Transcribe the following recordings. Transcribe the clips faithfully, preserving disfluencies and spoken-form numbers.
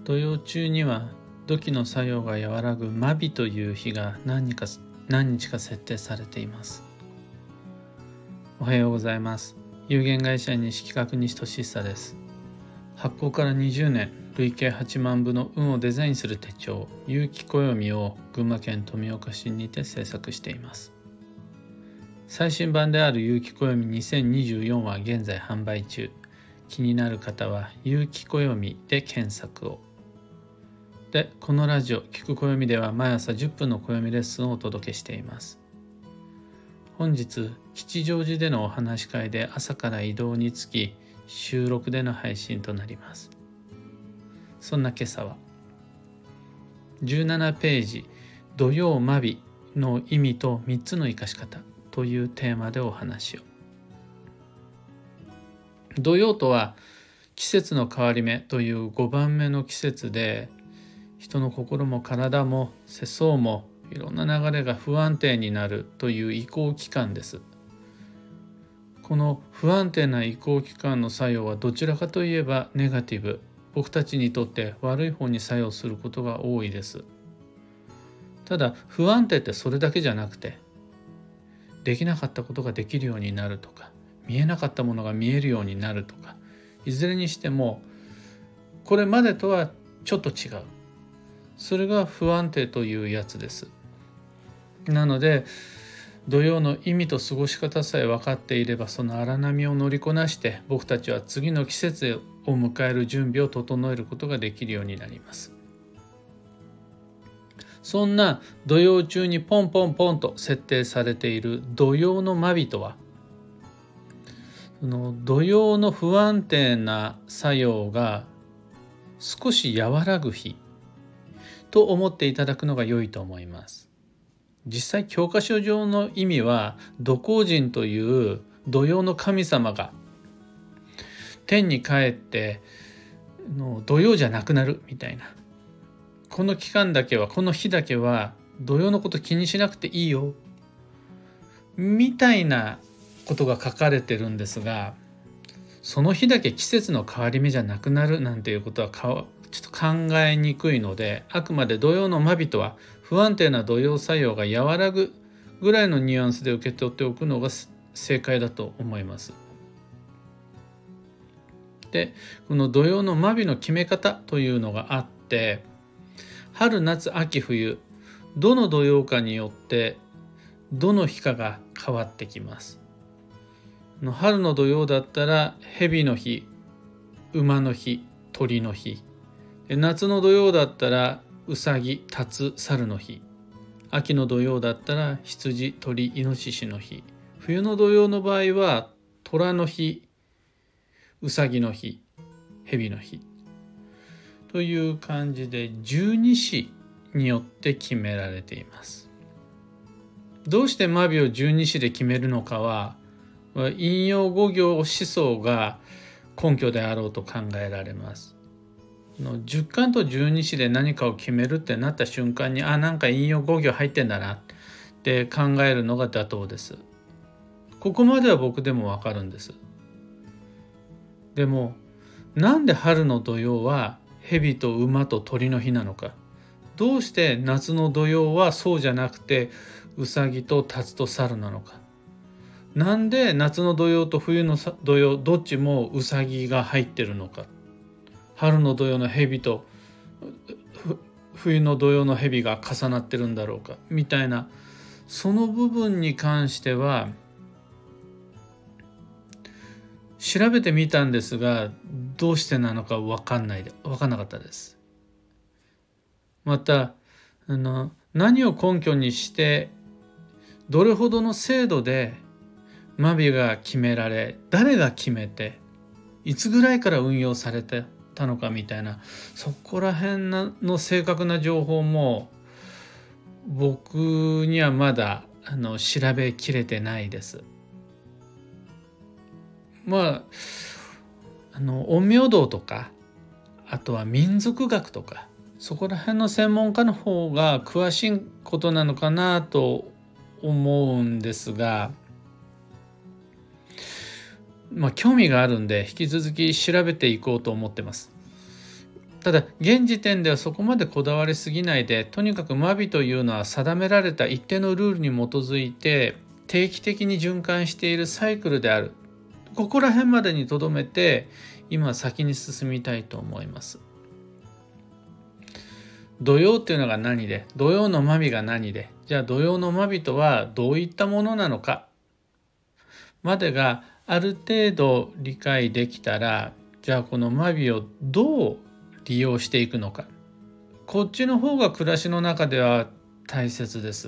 土曜中には土器の作用が和らぐマビという日が何日か何日か設定されています。おはようございます。有限会社西企画西俊久です。発行からにじゅうねん、累計はちまんぶの運をデザインする手帳、有機暦を群馬県富岡市にて制作しています。最新版である有機暦にせんにじゅうよんは現在販売中。気になる方は有機暦で検索を。で、このラジオ聞く暦では毎朝じゅっぷんの暦レッスンをお届けしています。本日吉祥寺でのお話し会で朝から移動につき収録での配信となります。そんな今朝はじゅうななページ土曜マビの意味とみっつの生かし方というテーマでお話を。土曜とは季節の変わり目というごばんめの季節で、人の心も体も世相もいろんな流れが不安定になるという移行期間です。この不安定な移行期間の作用はどちらかといえばネガティブ、僕たちにとって悪い方に作用することが多いです。ただ不安定ってそれだけじゃなくて、できなかったことができるようになるとか、見えなかったものが見えるようになるとか、いずれにしてもこれまでとはちょっと違う。それが不安定というやつです。なので土曜の意味と過ごし方さえ分かっていれば、その荒波を乗りこなして僕たちは次の季節を迎える準備を整えることができるようになります。そんな土曜中にポンポンポンと設定されている土曜のマビとは、その土曜の不安定な作用が少し和らぐ日と思っていただくのが良いと思います。実際教科書上の意味は、土光神という土曜の神様が天に帰っての土曜じゃなくなるみたいな、この期間だけは、この日だけは土曜のこと気にしなくていいよみたいなことが書かれてるんですが、その日だけ季節の変わり目じゃなくなるなんていうことはちょっと考えにくいので、あくまで土曜のマビとは不安定な土曜作用が和らぐぐらいのニュアンスで受け取っておくのが正解だと思います。で、この土曜のマビの決め方というのがあって、春夏秋冬どの土曜かによってどの日かが変わってきます。春の土曜だったら蛇の日、馬の日、鳥の日。夏の土曜だったらうさぎ、たつ、猿の日。秋の土曜だったら羊、鳥、イノシシの日。冬の土曜の場合は虎の日、うさぎの日、蛇の日という感じで十二支によって決められています。どうしてマビを十二支で決めるのかは、引用語行思想が根拠であろうと考えられます。十巻と十二支で何かを決めるってなった瞬間に、あ、なんか引用語行入ってんだなって考えるのが妥当です。ここまでは僕でもわかるんです。でもなんで春の土曜は蛇と馬と鳥の日なのか、どうして夏の土曜はそうじゃなくてうさぎとタツと猿なのか、なんで夏の土曜と冬の土曜どっちもうさぎが入ってるのか、春の土曜の蛇と冬の土曜の蛇が重なってるんだろうかみたいな、その部分に関しては調べてみたんですが、どうしてなのか分かんないで分かんなかったです。またあの何を根拠にしてどれほどの精度でマビが決められ、誰が決めていつぐらいから運用されてたのかみたいな、そこら辺の正確な情報も僕にはまだあの調べきれてないです。まああの陰陽道とか、あとは民族学とか、そこら辺の専門家の方が詳しいことなのかなと思うんですが、まあ興味があるんで引き続き調べていこうと思ってます。 ただ現時点ではそこまでこだわりすぎないで、とにかくマビというのは定められた一定のルールに基づいて定期的に循環しているサイクルである、ここら辺までにとどめて今先に進みたいと思います。土曜っていうのが何で、土曜のマビが何で、じゃあ土曜のマビとはどういったものなのかまでがある程度理解できたら、じゃあこのマビをどう利用していくのか、こっちの方が暮らしの中では大切です。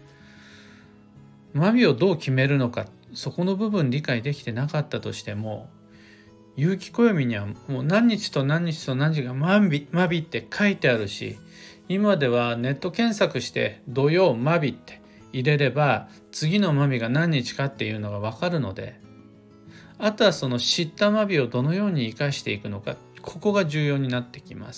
マビをどう決めるのか、そこの部分理解できてなかったとしても、有機暦にはもう何日と何日と何時がマビ、マビって書いてあるし、今ではネット検索して土曜マビって入れれば次のマビが何日かっていうのが分かるので、あとはその知ったマビをどのように生かしていくのか、ここが重要になってきます。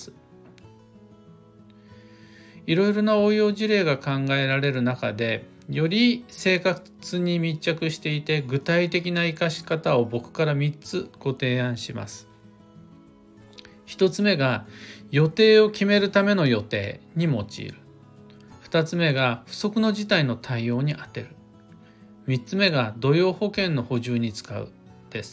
いろいろな応用事例が考えられる中で、より生活に密着していて具体的な生かし方を僕からみっつご提案します。ひとつめが予定を決めるための予定に用いる。ふたつめが不測の事態の対応に充てる。みっつめが土曜保険の補充に使うです。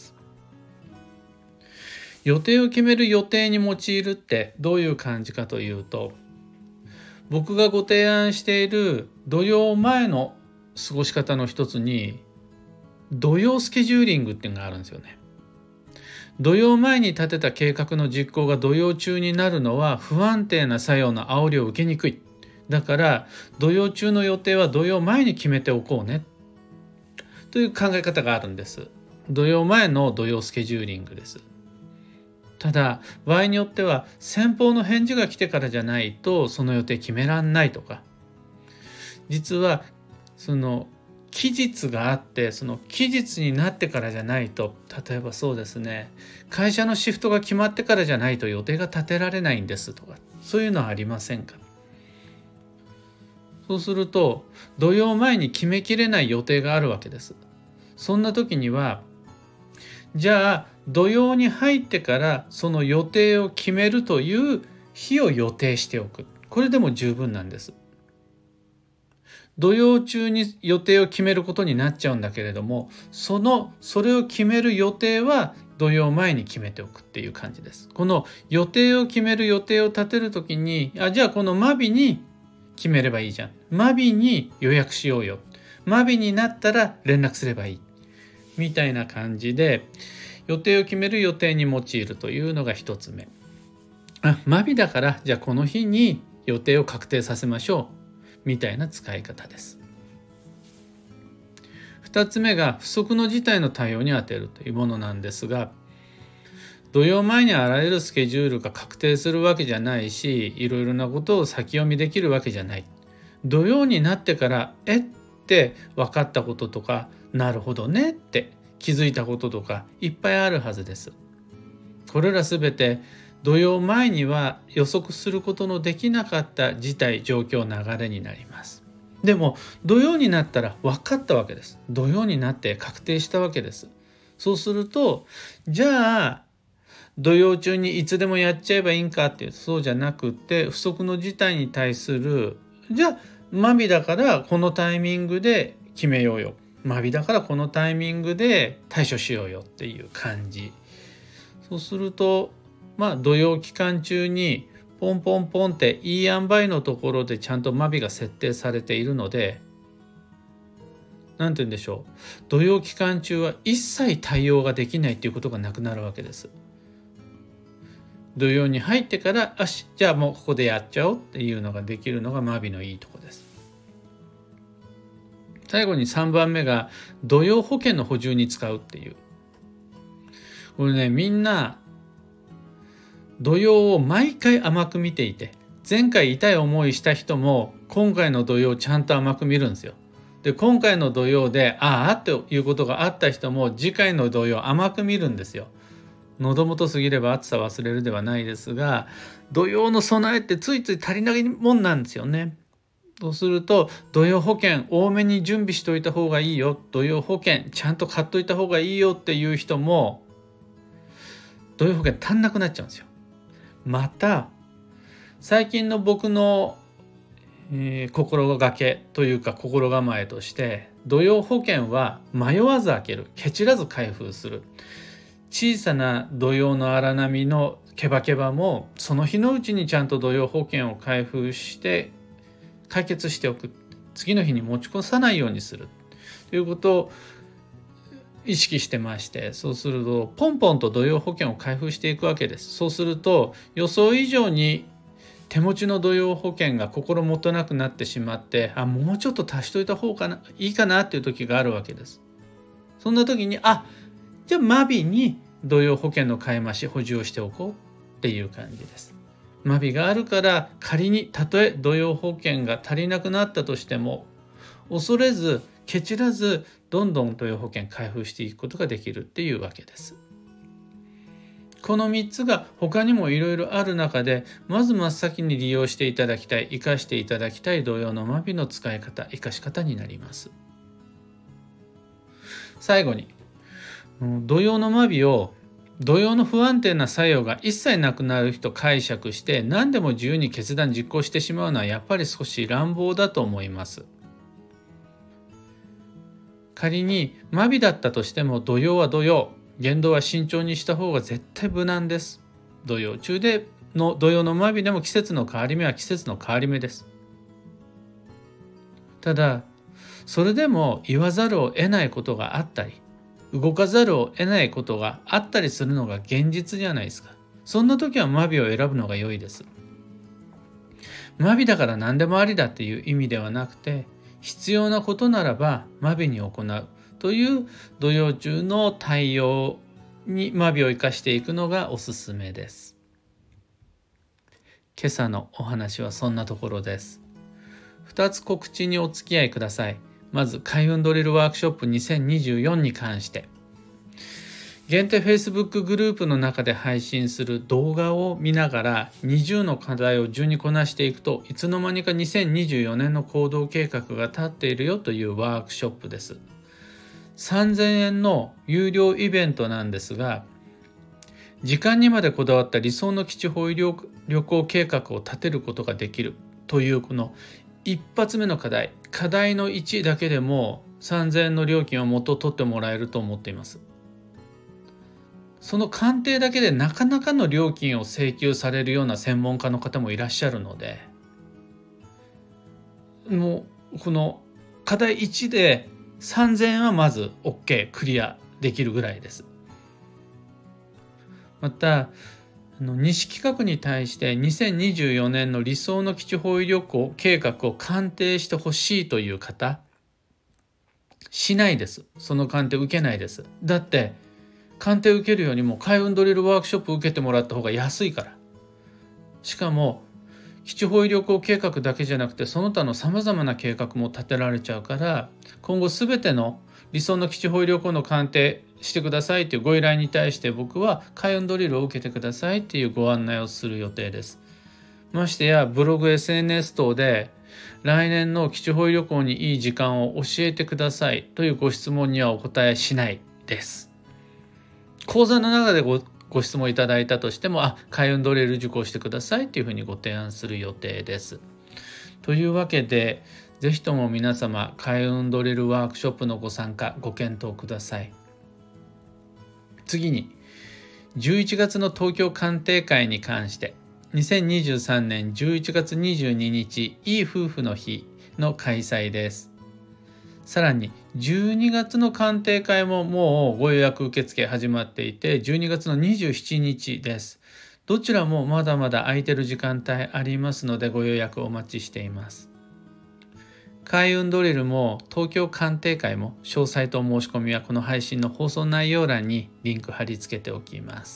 予定を決める予定に用いるってどういう感じかというと、僕がご提案している土曜前の過ごし方の一つに土曜スケジューリングっていうのがあるんですよね。土曜前に立てた計画の実行が土曜中になるのは不安定な作用の煽りを受けにくい。だから土曜中の予定は土曜前に決めておこうねという考え方があるんです。土曜前の土曜スケジューリングです。ただ場合によっては先方の返事が来てからじゃないとその予定決めらんないとか、実はその期日があって、その期日になってからじゃないと、例えばそうですね、会社のシフトが決まってからじゃないと予定が立てられないんですとか、そういうのはありませんか。そうすると土曜前に決めきれない予定があるわけです。そんな時には、じゃあ土曜に入ってからその予定を決めるという日を予定しておく。これでも十分なんです。土曜中に予定を決めることになっちゃうんだけれども、そのそれを決める予定は土曜前に決めておくっていう感じです。この予定を決める予定を立てるときに、あ、じゃあこのマビに決めればいいじゃん。マビに予約しようよ。マビになったら連絡すればいい。みたいな感じで予定を決める予定に用いるというのが一つ目。あ、マビだからじゃあこの日に予定を確定させましょうみたいな使い方です。二つ目が不測の事態の対応に充てるというものなんですが、土曜前にあらゆるスケジュールが確定するわけじゃないし、いろいろなことを先読みできるわけじゃない。土曜になってからえって分かったこととか、なるほどねって気づいたこととかいっぱいあるはずです。これらすべて土曜前には予測することのできなかった事態、状況、流れになります。でも土曜になったら分かったわけです。土曜になって確定したわけです。そうすると、じゃあ土曜中にいつでもやっちゃえばいいんかっていうと、そうじゃなくて、不測の事態に対する、じゃあマビだからこのタイミングで決めようよ、マビだからこのタイミングで対処しようよっていう感じ。そうするとまあ土曜期間中にポンポンポンっていい塩梅のところでちゃんとマビが設定されているので、なんて言うんでしょう、土曜期間中は一切対応ができないっていうことがなくなるわけです。土曜に入ってから、よし、じゃあもうここでやっちゃおうっていうのができるのがマビのいいところです。最後にさんばんめが土曜保険の補充に使うっていう。これね、みんな土曜を毎回甘く見ていて、前回痛い思いした人も今回の土曜をちゃんと甘く見るんですよ。で、今回の土曜でああということがあった人も次回の土曜を甘く見るんですよ。喉元過ぎれば暑さ忘れるではないですが、土曜の備えってついつい足りないもんなんですよね。そうすると土曜保険多めに準備しといた方がいいよ、土曜保険ちゃんと買っといた方がいいよっていう人も土曜保険足んなくなっちゃうんですよ。 また最近の僕の、えー、心がけというか心構えとして、土曜保険は迷わず開ける、ケチらず開封する。小さな土曜の荒波のケバケバもその日のうちにちゃんと土曜保険を開封して解決しておく、次の日に持ち越さないようにするということを意識してまして、そうするとポンポンと土曜保険を開封していくわけです。そうすると予想以上に手持ちの土曜保険が心もとなくなってしまって、あ、もうちょっと足しといた方がいいかなっていう時があるわけです。そんな時に、あ、じゃあマビに土曜保険の買い増し補充をしておこうっていう感じです。マビがあるから、仮にたとえ土曜保険が足りなくなったとしても恐れずケチらずどんどん土曜保険開封していくことができるっていうわけです。このみっつが他にもいろいろある中で、まず真っ先に利用していただきたい、生かしていただきたい土曜のマビの使い方、生かし方になります。最後に、土曜のマビを土曜の不安定な作用が一切なくなる日と解釈して何でも自由に決断実行してしまうのはやっぱり少し乱暴だと思います。仮にマビだったとしても土曜は土曜、言動は慎重にした方が絶対無難です。土曜中での土曜のマビでも季節の変わり目は季節の変わり目です。ただそれでも言わざるを得ないことがあったり、動かざるを得ないことがあったりするのが現実じゃないですか。そんな時はマビを選ぶのが良いです。マビだから何でもありだっていう意味ではなくて、必要なことならばマビに行うという土曜中の対応にマビを生かしていくのがおすすめです。今朝のお話はそんなところです。ふたつ告知にお付き合いください。まず開運ドリルワークショップにせんにじゅうよんに関して、限定 Facebook グループの中で配信する動画を見ながらにじゅうの課題を順にこなしていくと、いつの間にかにせんにじゅうよねんの行動計画が立っているよというワークショップです。さんぜんえんの有料イベントなんですが、時間にまでこだわった理想の基地保育旅行計画を立てることができるというこの一発目の課題、課題のいちだけでもさんぜんえんの料金を元取ってもらえると思っています。その鑑定だけでなかなかの料金を請求されるような専門家の方もいらっしゃるので、もうこの課題いちでさんぜんえんはまず OK、 クリアできるぐらいです。また西企画に対してにせんにじゅうよねんの理想の基地保育旅行計画を鑑定してほしいという方、しないです。その鑑定受けないです。だって鑑定受けるよりも開運ドリルワークショップ受けてもらった方が安いから。しかも基地保育旅行計画だけじゃなくてその他のさまざまな計画も立てられちゃうから、今後すべての理想の基地保育旅行の鑑定してくださいというご依頼に対して僕は開運ドリルを受けてくださいっていうご案内をする予定です。ましてやブログ エスエヌエス 等で来年の基地保育旅行にいい時間を教えてくださいというご質問にはお答えしないです。講座の中で ご, ご質問いただいたとしても、あ、開運ドリル受講してくださいというふうにご提案する予定です。というわけで、ぜひとも皆様開運ドリルワークショップのご参加ご検討ください。次にじゅういちがつの東京鑑定会に関して、にせんにじゅうさんねんじゅういちがつにじゅうににちいい夫婦の日の開催です。さらにじゅうにがつの鑑定会ももうご予約受付始まっていて、じゅうにがつのにじゅうしちにちです。どちらもまだまだ空いてる時間帯ありますのでご予約お待ちしています。開運ドリルも東京鑑定会も詳細と申し込みはこの配信の放送内容欄にリンク貼り付けておきます。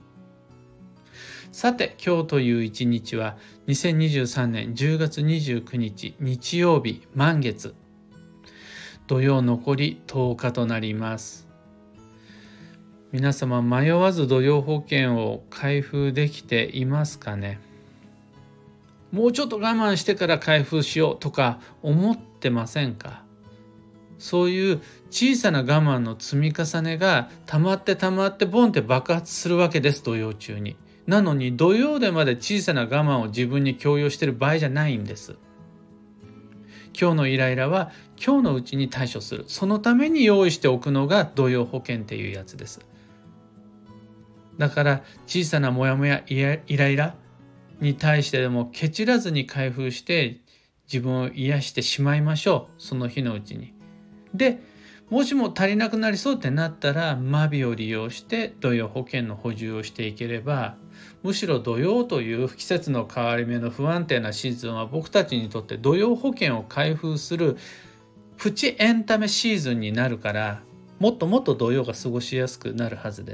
さて今日という一日はにせんにじゅうさんねんじゅうがつにじゅうくにち日曜日満月、土曜残りとおかとなります。皆様迷わず土曜保険を開封できていますかね。もうちょっと我慢してから開封しようとか思ってませんか。そういう小さな我慢の積み重ねが溜まって溜まってボンって爆発するわけです。土曜中になのに土曜でまで小さな我慢を自分に強要している場合じゃないんです。今日のイライラは今日のうちに対処する。そのために用意しておくのが土曜保険っていうやつです。だから小さなモヤモヤイライラに対してでもケチらずに開封して自分を癒してしまいましょう。その日のうちに。で、もしも足りなくなりそうってなったらマビを利用して土曜保険の補充をしていければ、むしろ土曜という季節の変わり目の不安定なシーズンは僕たちにとって土曜保険を開封するプチエンタメシーズンになるから、もっともっと土曜が過ごしやすくなるはずです。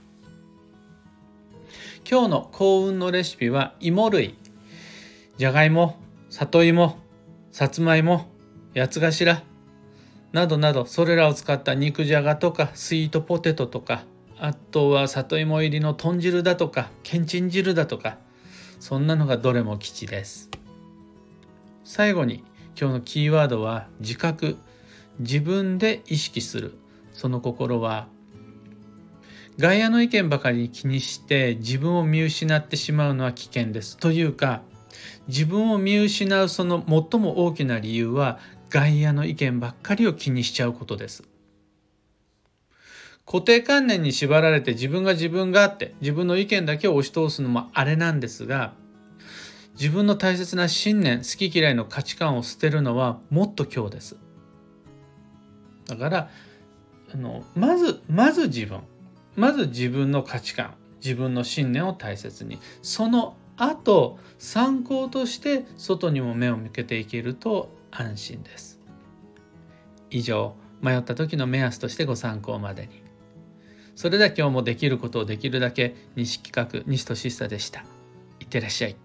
今日の幸運のレシピは芋類、じゃがいも、里芋、さつまいも、八つ頭などなど、それらを使った肉じゃがとかスイートポテトとか、あとは里芋入りの豚汁だとかけんちん汁だとか、そんなのがどれも吉です。最後に今日のキーワードは自覚、自分で意識する。その心は外野の意見ばかり気にして自分を見失ってしまうのは危険です。というか、自分を見失うその最も大きな理由は外野の意見ばっかりを気にしちゃうことです。固定観念に縛られて自分が自分があって自分の意見だけを押し通すのもあれなんですが、自分の大切な信念、好き嫌いの価値観を捨てるのはもっと強です。だからあのまずまず自分まず自分の価値観、自分の信念を大切に、その後参考として外にも目を向けていけると安心です。以上、迷った時の目安としてご参考までに。それでは今日もできることをできるだけ。西企画西俊久でした。いってらっしゃい。